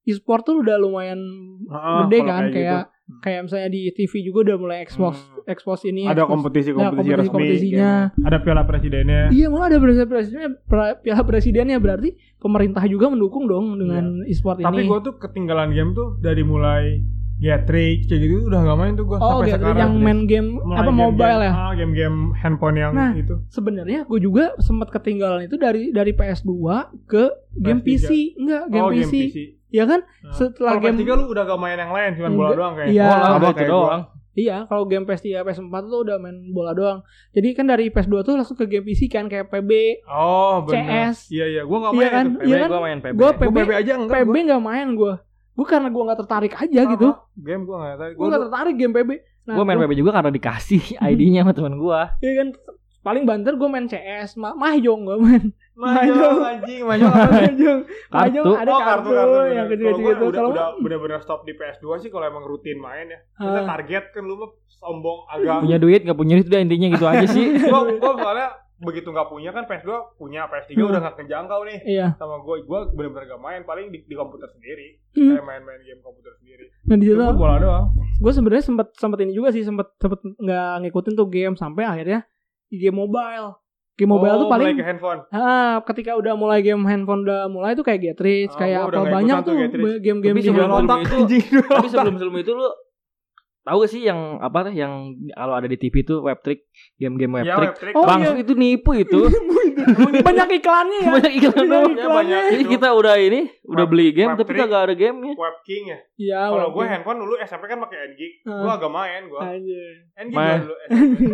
e-sport tuh udah lumayan Ah, gede kalau kan kayak kayak gitu. kayak misalnya di T V juga udah mulai expose Hmm. expose ini Ada expose- kompetisi-kompetisi ada kompetisi- resmi, kompetisinya. game. Ada piala presidennya. Iya malah ada presiden presidennya piala presidennya berarti pemerintah juga mendukung dong dengan e-sport Tapi ini. gue tuh ketinggalan game tuh dari mulai Getrix kayak gitu udah gak main tuh gue Oh, sampai gitu, sekarang. yang main game Mulai apa game-game- mobile ya? Ah, game-game handphone yang Nah, itu. Sebenarnya gue juga sempat ketinggalan itu dari dari P S dua ke game P S tiga. P C, enggak game oh, P C. game P C. Ya kan? Nah. Setelah Kalau P S game tiga lu udah gak main yang lain, cuma bola Enggak. doang kayak. Iya. Bola Sama udah itu kayak doang. Iya, kalau game P S tiga, P S empat tuh udah main bola doang. Jadi kan dari P S dua tuh langsung ke game P C kan kayak P B, gua. Oh, benar. C S. Iya iya, gua gak Iya main kan? itu. Iya P B kan? gue main P B. Gue Gua P B aja enggak. P B nggak main gue. Gue karena gue nggak tertarik aja Sama. gitu. Game gua enggak tahu. Gue nggak tertarik game P B. Nah, Gue main P B juga karena dikasih I D-nya sama teman gue. Iya kan? Paling banter gue main C S, Ma mahjong gue main. Mahjong anjing, mahjong apa? Mahjong. Mahjong Kartu. ada Oh, kartu, kartu yang bener. kecil-kecil Kalau gitu. gua udah, Kalau udah bener-bener stop di P S dua sih kalau emang rutin main ya. Kita Ah. target kan lu mah sombong agak. Punya duit gak punya duit udah intinya gitu aja sih. gua gua soalnya begitu nggak punya kan P S dua punya, P S tiga Hmm. udah nggak kejangkau nih iya. sama gue. Gue bener-bener gak main, paling di, di komputer sendiri. Hmm. Kayak main-main game komputer sendiri. Nah di situ Itu pun bola doang. gue sebenarnya sempat sempat ini juga sih, sempat sempat nggak ngikutin tuh game sampai akhirnya di game mobile. Game mobile oh, tuh paling mulai ke handphone. ah, ketika udah mulai game handphone udah mulai tuh kayak Getrix, Ah, kayak gua udah apa nggak banyak ikutan tuh tuh Getrix. ba- game-game Tapi game sebelum Otak itu- anjing. Tapi sebelum-sebelum itu lu tahu gak sih yang apa tuh yang kalau ada di T V tuh web trick, game-game web Ya, trick. web trick. Oh, Bang, iya. itu nipu itu. banyak iklannya ya. Banyak iklan Banyak doang. iklannya. iklannya. Jadi kita udah ini, udah Web- beli game web tapi trick. kagak ada gamenya. Web King ya. Iya, Kalau web gue game. handphone dulu S M P kan pakai N G I. Ah. Gue agak main gue. Anjir. N G I Main. gue dulu. S M P.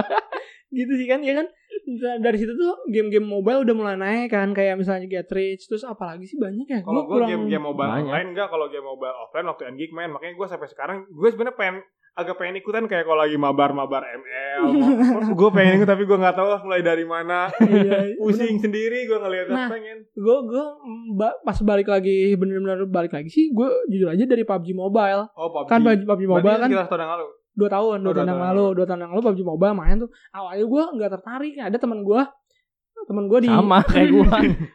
Gitu sih kan, ya kan. Nah, dari situ tuh game-game mobile udah mulai naik kan, kayak misalnya Getrix, terus apalagi sih banyak ya. Kalau Gua gue kurang- game-game mobile Banyak. online enggak, kalau game mobile offline waktu N G I main, makanya gue sampai sekarang gue sebenarnya pengen agak pengen ikutan kayak kalau lagi mabar-mabar M L. Gue pengen ikut tapi gue nggak tahu harus mulai dari mana. Iya, Pusing sendiri gue ngeliatnya Nah, pengen. gue gue pas balik lagi bener-bener balik lagi sih, gue jujur aja dari P U B G Mobile. Oh, P U B G. Kan P U B G Berarti Mobile kan sekitar tahun yang lalu. dua tahun, dua Oh, tahun dua yang tahun lalu, yang dua tahun yang lalu P U B G Mobile main tuh. Awalnya gue nggak tertarik, ada teman gue, teman gue di Sama kayak gua.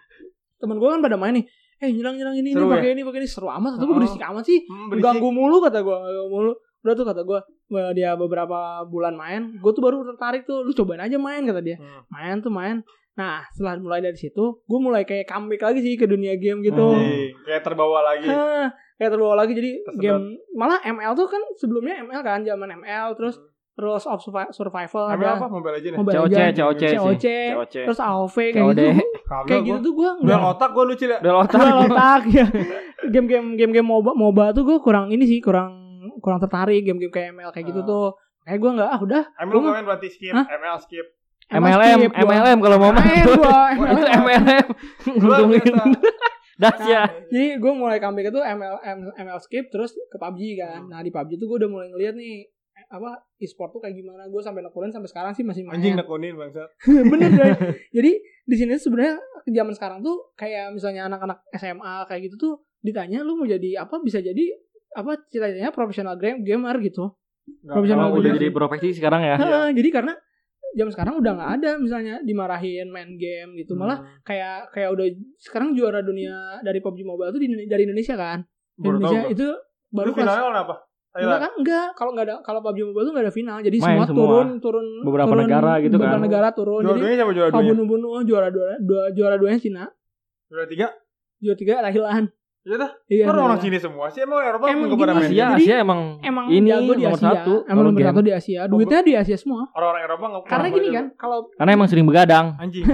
teman gue kan pada main nih. Eh nyerang-nyerang ini, ini Seru pakai ini, pakai ini seru amat. Tapi gue Oh. berisik amat sih. Hmm, berisik. Ganggu mulu kata gue, ganggu mulu. Udah tuh kata gue, dia beberapa bulan main, gue tuh baru tertarik tuh. Lu cobain aja main kata dia. Hmm. Main tuh main. Nah setelah mulai dari situ, gue mulai kayak comeback lagi sih ke dunia game gitu. Anjing, kayak terbawa lagi. Hah, kayak terbawa lagi jadi Tersedot. game malah M L tuh kan sebelumnya M L kan zaman M L terus Rules of Survi- Survival Namanya ada apa? Mobile Legends ya? Mobile C O C, Legends, C O C C O C, sih. C O C. terus A O V kayak C O D. gitu. Kagak Kayak gua. gitu tuh gue Udah nggak otak gue lucu ya. Udah otak. Dual otak ya. Game-game game-game MOBA MOBA tuh gue kurang ini sih kurang kurang tertarik game-game kayak M L kayak gitu Ah. tuh. Kayak gue nggak ah udah M L Gua gue mah- main berarti skip. Hah? M L skip. M L M, skip M gua. L M kalau mau main. Main gua. Itu M L M. Luar Ngomongin biasa. dahsyat. Jadi gue mulai comeback itu M L M, M L skip terus ke P U B G kan. Nah di P U B G tuh gue udah mulai ngeliat nih eh, apa e-sport tuh kayak gimana. Gue sampai nekunin sampai sekarang sih masih main. Anjing nekunin bangsat. Bener deh. Jadi di sini sebenarnya zaman sekarang tuh kayak misalnya anak-anak S M A kayak gitu tuh ditanya lu mau jadi apa, bisa jadi apa cita-citanya profesional game gamer gitu. Nggak Profesional mau Oh, udah dia jadi sih. profesi sekarang ya. Heeh, jadi karena zaman sekarang udah nggak ada misalnya dimarahin main game gitu, malah Hmm. kayak kayak udah sekarang juara dunia dari P U B G Mobile tuh di, dari Indonesia kan. Baru tahu Indonesia gua. itu baru Lu finalnya lawan apa? Enggak Thailand. kan enggak, kalau enggak ada kalau P U B G Mobile tuh enggak ada final. Jadi Main semua, semua. turun turun Beberapa turun, negara gitu beberapa kan. negara turun. Juara Jadi duanya siapa juara kalau duanya? bunuh-bunuh juara dua, dua juara duanya Cina, Juara tiga? juara tiga Thailand. Iya dah. Iya. Kan orang Thailand. sini semua sih. Emang Eropa Emang enggak pada gini main sih, Asia, game? Jadi, Asia emang Emang ini jago di nomor Asia. satu. Emang kalau nomor game. satu di Asia. Duitnya di Asia semua. Orang-orang Eropa enggak Karena gini kan, kalau Karena emang sering begadang. Anjing.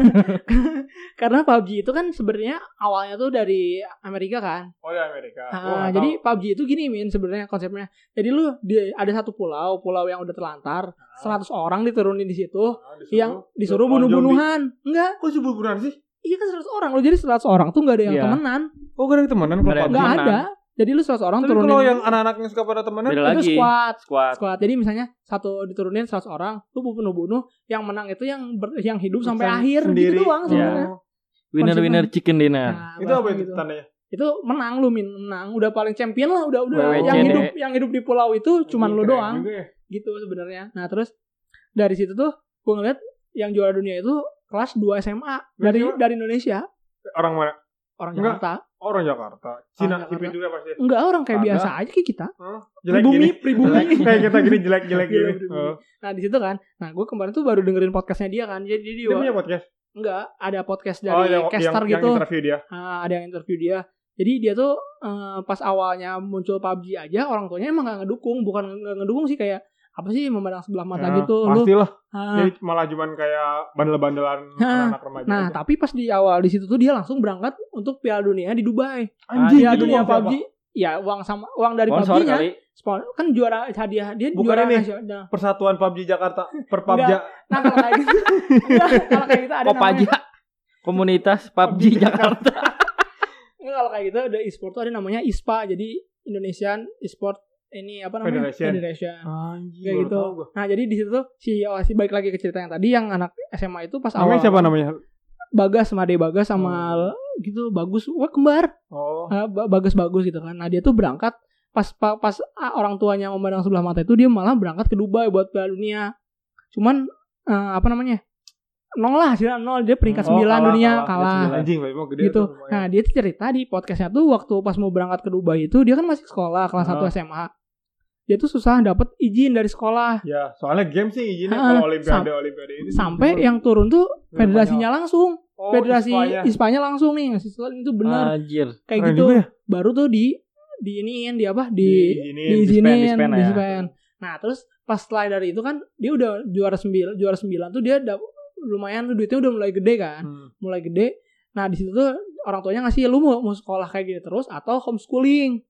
karena P U B G itu kan sebenarnya awalnya tuh dari Amerika kan. Oh ya Amerika. Gua Nah, nggak jadi tahu. P U B G itu gini Min sebenarnya konsepnya. Jadi lu di, ada satu pulau, pulau yang udah terlantar, seratus orang diturunin di situ Nah, disuruh- yang disuruh lawan zombie. bunuh-bunuhan. Enggak, Kok disuruh bunuhan sih? iya kan seratus orang. Lu jadi seratus orang tuh enggak ada yang Iya. temenan. Oh gak ada temenan Nggak ada kalau yang Enggak temenan. ada. Jadi lu seratus orang Tapi turunin kalau yang anak-anak yang suka pada temenan Beda itu lagi. squad. Squad. Squad. Jadi misalnya satu diturunin seratus orang, lu bunuh-bunuh, yang menang itu yang ber, yang hidup sampai Sen- akhir sendiri. gitu doang Iya. sebenarnya. Winner Konsepnya. winner chicken dinner. Nah, itu apa bahasa itu gitu. tandanya? Itu menang lu Min, menang. Udah paling champion lah, udah udah W W C yang deh. hidup yang hidup di pulau itu cuman Anjing, lu keren doang. juga ya. Gitu sebenarnya. Nah, terus dari situ tuh gue ngeliat yang juara dunia itu kelas dua S M A dari Berarti, dari Indonesia, Orang mana? orang Enggak. Jakarta. Orang Jakarta. Cina Orang tipis Jakarta. juga pasti. Enggak, orang kayak Ada. biasa aja kayak kita. Huh? Jelek Pribumi, gini. pribumi. Kayak kita gini jelek-jelek Gila, gini. pribumi. Oh. Nah di situ kan, nah gue kemarin tuh baru dengerin podcastnya dia kan, jadi dia, Dia punya podcast. enggak ada podcast dari Oh, yang, caster yang, gitu, yang interview dia. nah, ada yang interview dia. Jadi dia tuh eh, pas awalnya muncul P U B G aja orang tuanya emang gak ngedukung, bukan nggak ngedukung sih kayak apa sih memandang sebelah mata Ya, gitu. Lu, pastilah. ah, Jadi malah cuman kayak bandel-bandelan Nah, anak-anak remaja. nah aja. tapi pas di awal di situ tuh dia langsung berangkat untuk Piala Dunia di Dubai. Anjing, Piala itu Dunia uang P U B G, siapa? ya uang sama uang dari Sponsor P U B G-nya. kali. Spon- kan juara hadiah dia Bukan juara ini. nasional. Persatuan P U B G Jakarta, Perpabja. Nah kalau kayak gitu, enggak, kalau kayak gitu ada namanya. Kopaja. Komunitas P U B G Jakarta. Enggak, kalau kayak gitu ada e-sport tuh ada namanya I S P A, jadi Indonesian e-sport ini apa namanya Federation. Federation. Anjing, Kayak baru gitu. tahu gua. Nah jadi di situ tuh si oh, si balik lagi ke cerita yang tadi yang anak S M A itu pas Namanya awal siapa namanya? Bagas sama Ade Bagas sama gitu bagus, wah kembar. Oh. Uh, ba- bagus-bagus gitu kan. Nah dia tuh berangkat pas pa- pas ah, orang tuanya memandang sebelah mata itu dia malah berangkat ke Dubai buat Piala Dunia. Cuman uh, apa namanya? Nol lah, hasilnya nol, dia peringkat Oh, sembilan kalah, dunia kalah. kalah. Anjing, memang gede Gitu. tuh, lumayan. Nah dia tuh cerita di podcastnya tuh waktu pas mau berangkat ke Dubai itu dia kan masih sekolah kelas satu Ah. S M A. Dia tuh susah dapet izin dari sekolah. Ya, soalnya game sih izinnya Ah, kalau olimpiade sam- olimpiade ini Sampai cuma- yang turun tuh federasinya banyak. langsung. Oh, Federasi Ispanya. Ispanya langsung nih ngasih surat itu benar. Anjir. Kayak Keren gitu. juga ya. Baru tuh di di iniin di apa? Di Diizinin, diizinin, dispen, dispen ya. dispen. Nah, terus pas setelah dari itu kan dia udah juara sembilan, juara sembilan tuh dia udah lumayan tuh duitnya udah mulai gede kan. Hmm. Mulai gede. Nah, di situ tuh orang tuanya ngasih lu mau, mau sekolah kayak gini terus atau homeschooling.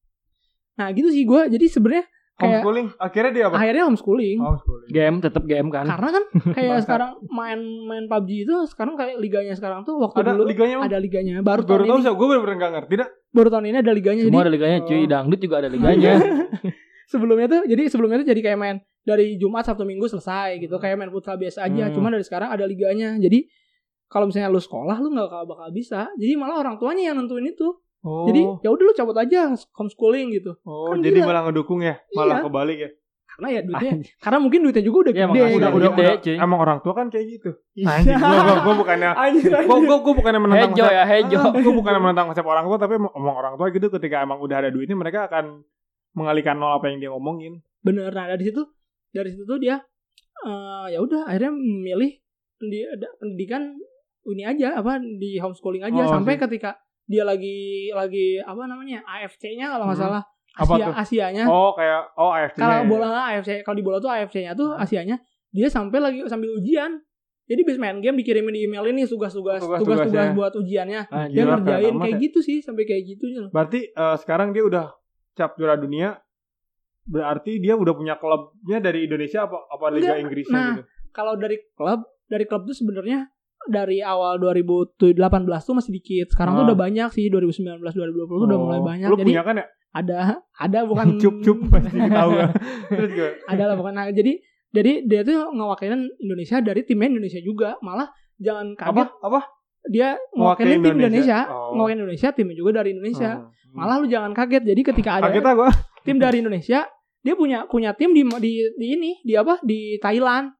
Nah, gitu sih gue. Jadi sebenarnya kayak Homeschooling, akhirnya dia apa? akhirnya homeschooling. Homeschooling. Game tetap game kan. Karena kan kayak Bangsat. sekarang main-main P U B G itu sekarang kayak liganya sekarang tuh waktu Ada dulu liganya Bang? ada liganya. Baru, Baru tahun tahu ini, sih, gue bener-bener gak ngerti dah. baru tahun ini ada liganya. Semua Jadi ada liganya cuy, Oh. dangdut juga ada liganya. sebelumnya tuh jadi sebelumnya tuh jadi kayak main dari Jumat Sabtu Minggu selesai gitu, kayak main futsal biasa aja. Hmm. Cuman dari sekarang ada liganya. Jadi kalau misalnya lu sekolah lu nggak bakal, bakal bisa. Jadi malah orang tuanya yang nentuin itu. Oh. Jadi ya udah lu cabut aja homeschooling gitu. oh, kan jadi gila. malah ngedukung ya, malah Iya. kebalik ya. Karena ya duitnya karena mungkin duitnya juga udah Iya, gede. makasih. Udah, gitu. udah, gede, udah. cuy. Emang orang tua kan kayak gitu. Iya. Anjing, gua, gua, gua bukannya Anjir, gua, anjir. gua, gua bukannya menentang Hejo konsep- ya, hejo. Gua bukannya menentang konsep orang tua, tapi emang emang orang tua gitu ketika emang udah ada duitnya mereka akan mengalihkan nol apa yang dia ngomongin. Bener. Nah dari situ dari situ tuh dia eh, ya udah akhirnya memilih pendi- ada- pendidikan ini aja apa di homeschooling aja Oh, sampai sih. ketika dia lagi lagi apa namanya A F C-nya kalau nggak Hmm. salah Apa Asia tuh? Asianya. Oh, kayak oh A F C. Kalau bola A F C, kalau di bola tuh A F C-nya tuh Hmm. Asianya dia sampai lagi sambil ujian. Jadi bis main game dikirimin di email ini tugas-tugas Tugas-tugasnya. tugas-tugas buat ujiannya. Anjir. Dia Gila, ngerjain keren amat kayak ya. gitu sih sampai kayak gitunya loh. Berarti eh, sekarang dia udah cap juara dunia. Berarti dia udah punya klubnya dari Indonesia apa apa Liga Enggak, Inggrisnya nah, gitu. Kalau dari klub, dari klub tuh sebenarnya dari awal dua ribu delapan belas tuh masih dikit. Sekarang tuh Oh. udah banyak sih dua ribu sembilan belas dua ribu dua puluh tuh udah mulai banyak. Lu Jadi punya kan ya? ada ada bukan Cup-cup pasti tahu kan. Terus gue. ada lah bukan. Nah, jadi jadi dia tuh ngewakilin Indonesia dari timnya Indonesia juga. Malah jangan Apa? kaget Apa? dia Mewakili ngewakilin tim Indonesia. Indonesia, Oh. ngewakilin Indonesia, timnya juga dari Indonesia. Hmm. Malah lu jangan kaget. Jadi ketika ada Kaget ah gua. tim dari Indonesia, dia punya punya tim di di, di ini, di apa? Di Thailand,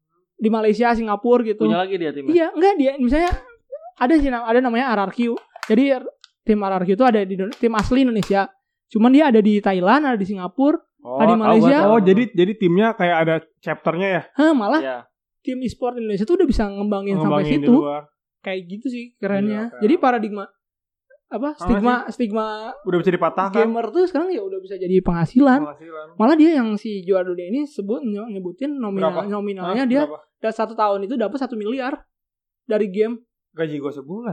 di Malaysia, Singapura gitu. Punya lagi dia timnya. Iya, enggak dia misalnya ada sih nam- ada namanya R R Q. Jadi tim R R Q itu ada di Indo- tim asli Indonesia. Cuman dia ada di Thailand, ada di Singapura, Oh, Ah, di tahu Malaysia. gua, oh tahu. jadi jadi timnya kayak ada chapternya ya? Hah, malah Iya. tim e-sport Indonesia tuh udah bisa ngembangin, sampai Ngembangin di situ. luar. Kayak gitu sih kerennya. Iya, keren. Jadi paradigma apa? Sama Stigma stigma Udah bisa dipatahkan. gamer tuh sekarang ya udah bisa jadi penghasilan. Penghasilan. Malah dia yang si juara dunia ini sebut ny- nyebutin nominal Berapa? nominalnya Hah, dia berapa? dan satu tahun itu dapat satu miliar dari game. Gaji gua sebulan.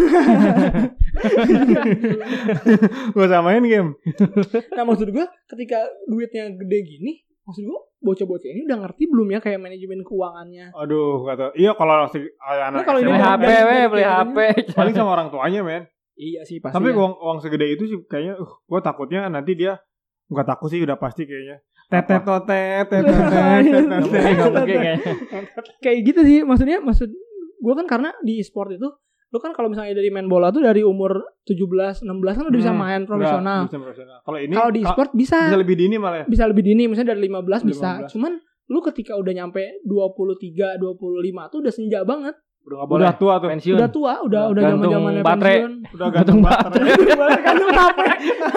Gua samain game. Nah maksud gue ketika duitnya gede gini, maksud gue bocah-bocah ini udah ngerti belum ya kayak manajemen keuangannya? Aduh, kata. Iya kalau si anak Nah, kalau S M A Beli ini H P, dari- weh, dari beli H P. paling sama orang tuanya, men. Iya sih pasti. Tapi ya. uang uang segede itu sih kayaknya uh, gua takutnya nanti dia enggak takut sih udah pasti kayaknya. Tetet totet tetet tetet Nggak mungkin kayaknya. kayak gitu sih maksudnya maksud gue kan karena di sport itu lu kan kalau misalnya dari main bola tuh dari umur tujuh belas enam belas kan udah bisa Hmm, main profesional. Bisa profesional. Kalau ini Kalau di ka- sport bisa bisa lebih dini malah ya. bisa lebih dini misalnya dari lima belas lima bisa. belas. Cuman lu ketika udah nyampe dua puluh tiga dua puluh lima tuh udah senja banget. Udah nggak boleh. Udah tua tuh. Pensiun. Udah tua, udah udah Gantung zaman-zamannya baterai. pensiun. Udah gantung baterai. Gantung H P.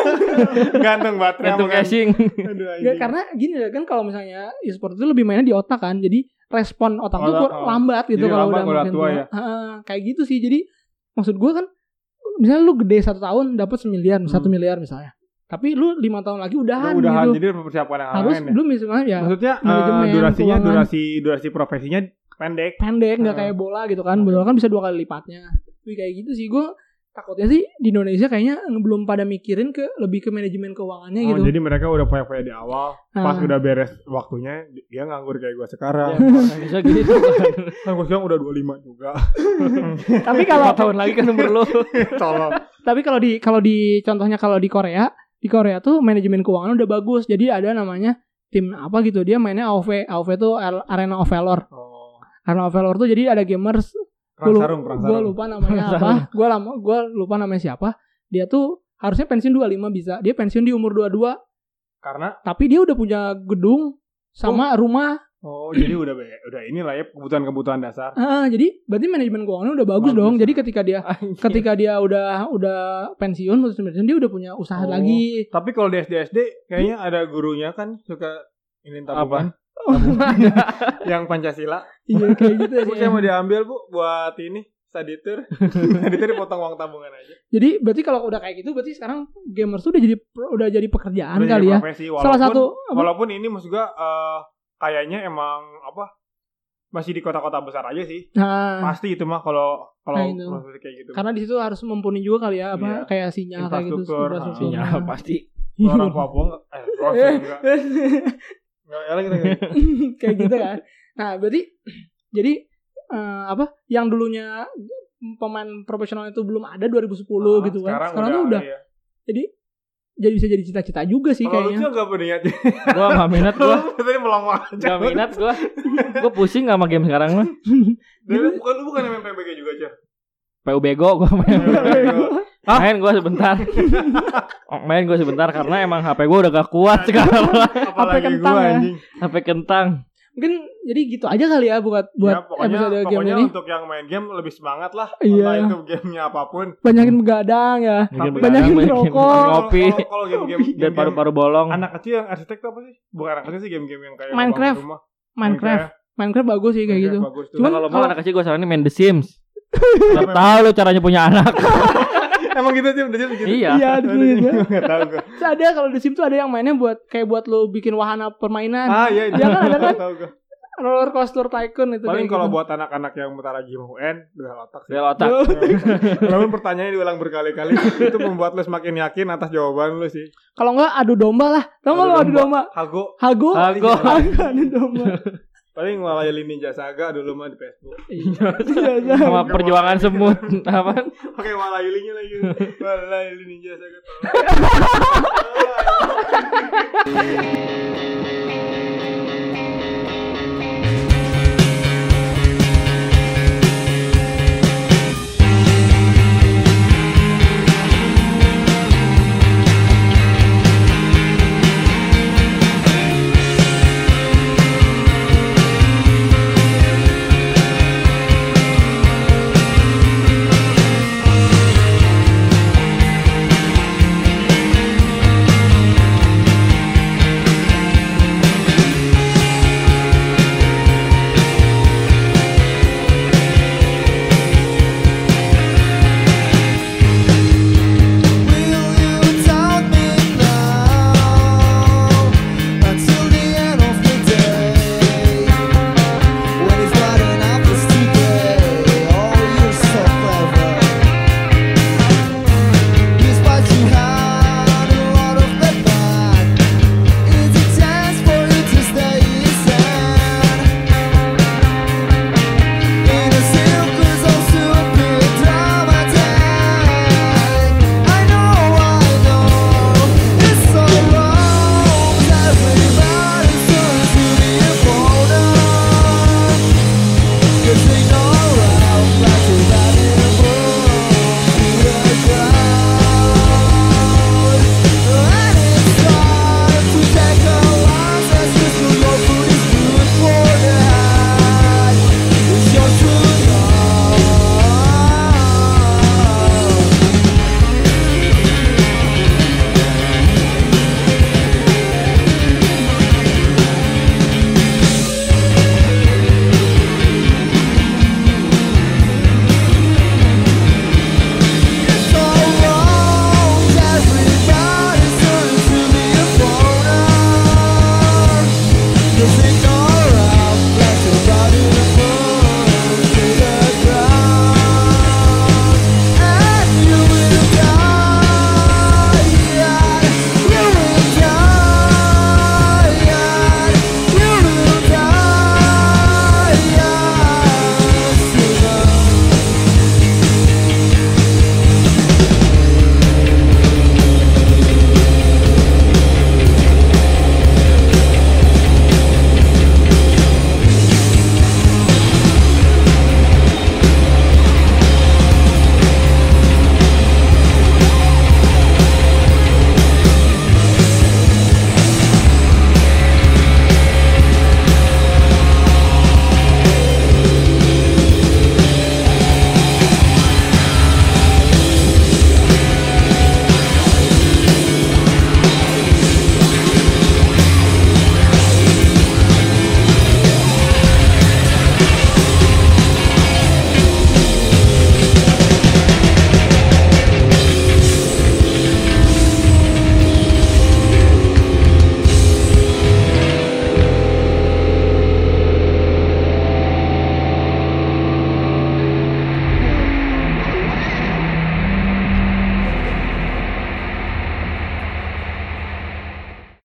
Gantung baterai. Gantung sama gan- casing. Aduh, Ya, anjing. karena gini ya kan kalau misalnya e-sport itu lebih mainnya di otak kan. Jadi respon otak tuh Otak, kur- oh. lambat gitu Jadi kalau lambat udah kalau makin tua tua. ya? Heeh, kayak gitu sih. Jadi maksud gue kan misalnya lu gede satu tahun dapat semiliar, Hmm. satu miliar misalnya. Tapi lu lima tahun lagi udahan, Udah udahan gitu. jadi persiapan yang Harus lain ya. lu misalnya ya Maksudnya eh, manajemen, durasinya keuangan. durasi durasi profesinya pendek. pendek, nggak Hmm. kayak bola gitu kan. Bola kan bisa dua kali lipatnya. Tapi kayak gitu sih gue takutnya sih di Indonesia kayaknya belum pada mikirin ke lebih ke manajemen keuangannya Oh, gitu. jadi mereka udah foya-foya di awal, Nah. pas udah beres waktunya dia nganggur kayak gue Ya, sekarang. bisa gitu kan. Kan gue sekarang udah dua puluh lima juga. Tapi kalau lima tahun lagi kan umur lu. Tolong. Tapi kalau di kalau di contohnya kalau di Korea, di Korea tuh manajemen keuangan udah bagus. Jadi ada namanya tim apa gitu, dia mainnya A O V. A O V tuh Arena of Valor. Oh. Arena of Valor tuh jadi ada gamers. Perang Gue sarung, perang lupa, sarung. lupa namanya apa. Gue lama gue lupa namanya siapa. Dia tuh harusnya pensiun dua puluh lima bisa. Dia pensiun di umur dua puluh dua. Karena Tapi dia udah punya gedung sama rumah. oh jadi udah be- udah inilah ya kebutuhan-kebutuhan dasar. Ah, jadi berarti manajemen keuangannya udah bagus, Bagus. dong. Jadi ketika dia ketika dia udah udah pensiun, mutus pensiun dia udah punya usaha Oh. lagi. Tapi kalau di S D S D kayaknya ada gurunya kan suka ini tabungan. Oh. Yang Pancasila. Iya kayak gitu Bu, aja. saya mau diambil Bu buat ini staditur. Staditur dipotong uang tabungan aja. Jadi berarti kalau udah kayak gitu berarti sekarang gamers tuh udah jadi udah jadi pekerjaan Udah kali jadi ya. profesi, walaupun, Salah satu apa? walaupun ini maksud gua eh, kayaknya emang apa masih di kota-kota besar aja sih. Nah, Pasti itu mah kalau kalau Nah, itu. profesi kayak gitu. karena di situ harus mumpuni juga kali ya apa Iya. kayak sinyal kayak gitu Infrastruktur, infrastruktur. Ya Nah. pasti. Kalau orang Papua enggak eh proses enggak. Enggak ya lagi kayak gitu kan. Nah, berarti jadi eh, apa yang dulunya pemain profesional itu belum ada dua ribu sepuluh gitu kan. Sekarang, tuh udah iya. jadi jadi bisa jadi cita-cita juga sih Kalau lu kayaknya. enggak berniat. Gua enggak minat gua. Tadi melong aja. Enggak minat gua. Gua pusing sama game sekarang mah. Dulu bukan lu bukan main P B G juga, Cah. P U bego gua main. Hah? Main gua sebentar. Oh, main gua sebentar karena emang H P gua udah gak kuat sekarang. Apalagi kentang gua ya. anjing. H P kentang. Mungkin jadi gitu aja kali ya buat buat Ya, pokoknya, episode game pokoknya ini. untuk yang main game lebih semangat lah. Iya. Entah itu gamenya apapun. Banyakin begadang ya. Tapi- banyakin Banyakin rokok. ngopi Kalau- Kalau game-game dan game-game paru-paru bolong. anak kecil yang arsitek itu apa sih? Bukan anak kecil sih, game-game yang kayak Minecraft. bangun rumah. Minecraft. Minecraft bagus sih kayak gitu. Minecraft bagus tuh. Cuman Kalau mau kalau- anak kecil gua saranin main The Sims. Enggak tahu lu caranya punya anak. Emang gitu sih, udah gitu. Iya. Iya, Aduh, gitu. Enggak tahu gua. Terus ada kalau di Sim tuh ada yang mainnya buat kayak buat lo bikin wahana permainan. Ah iya, Iya kan, ada kan? Tahu gua. Roller coaster tycoon itu Paling kayak kalau gitu. buat anak-anak yang bentar lagi mau U N, udah otak sih. Real otak. Walaupun pertanyaannya diulang berkali-kali, itu membuat lu semakin yakin atas jawaban lu sih. Kalau enggak adu domba lah. Tahu enggak lo adu domba? Hago. Hago. Hago. Hago adu domba. Paling ngelayain Ninja Saga dulu mah di Facebook. Iya, Sama perjuangan semut. Apa? Pakai walailinya lagi. Walaili Ninja Saga. tolong.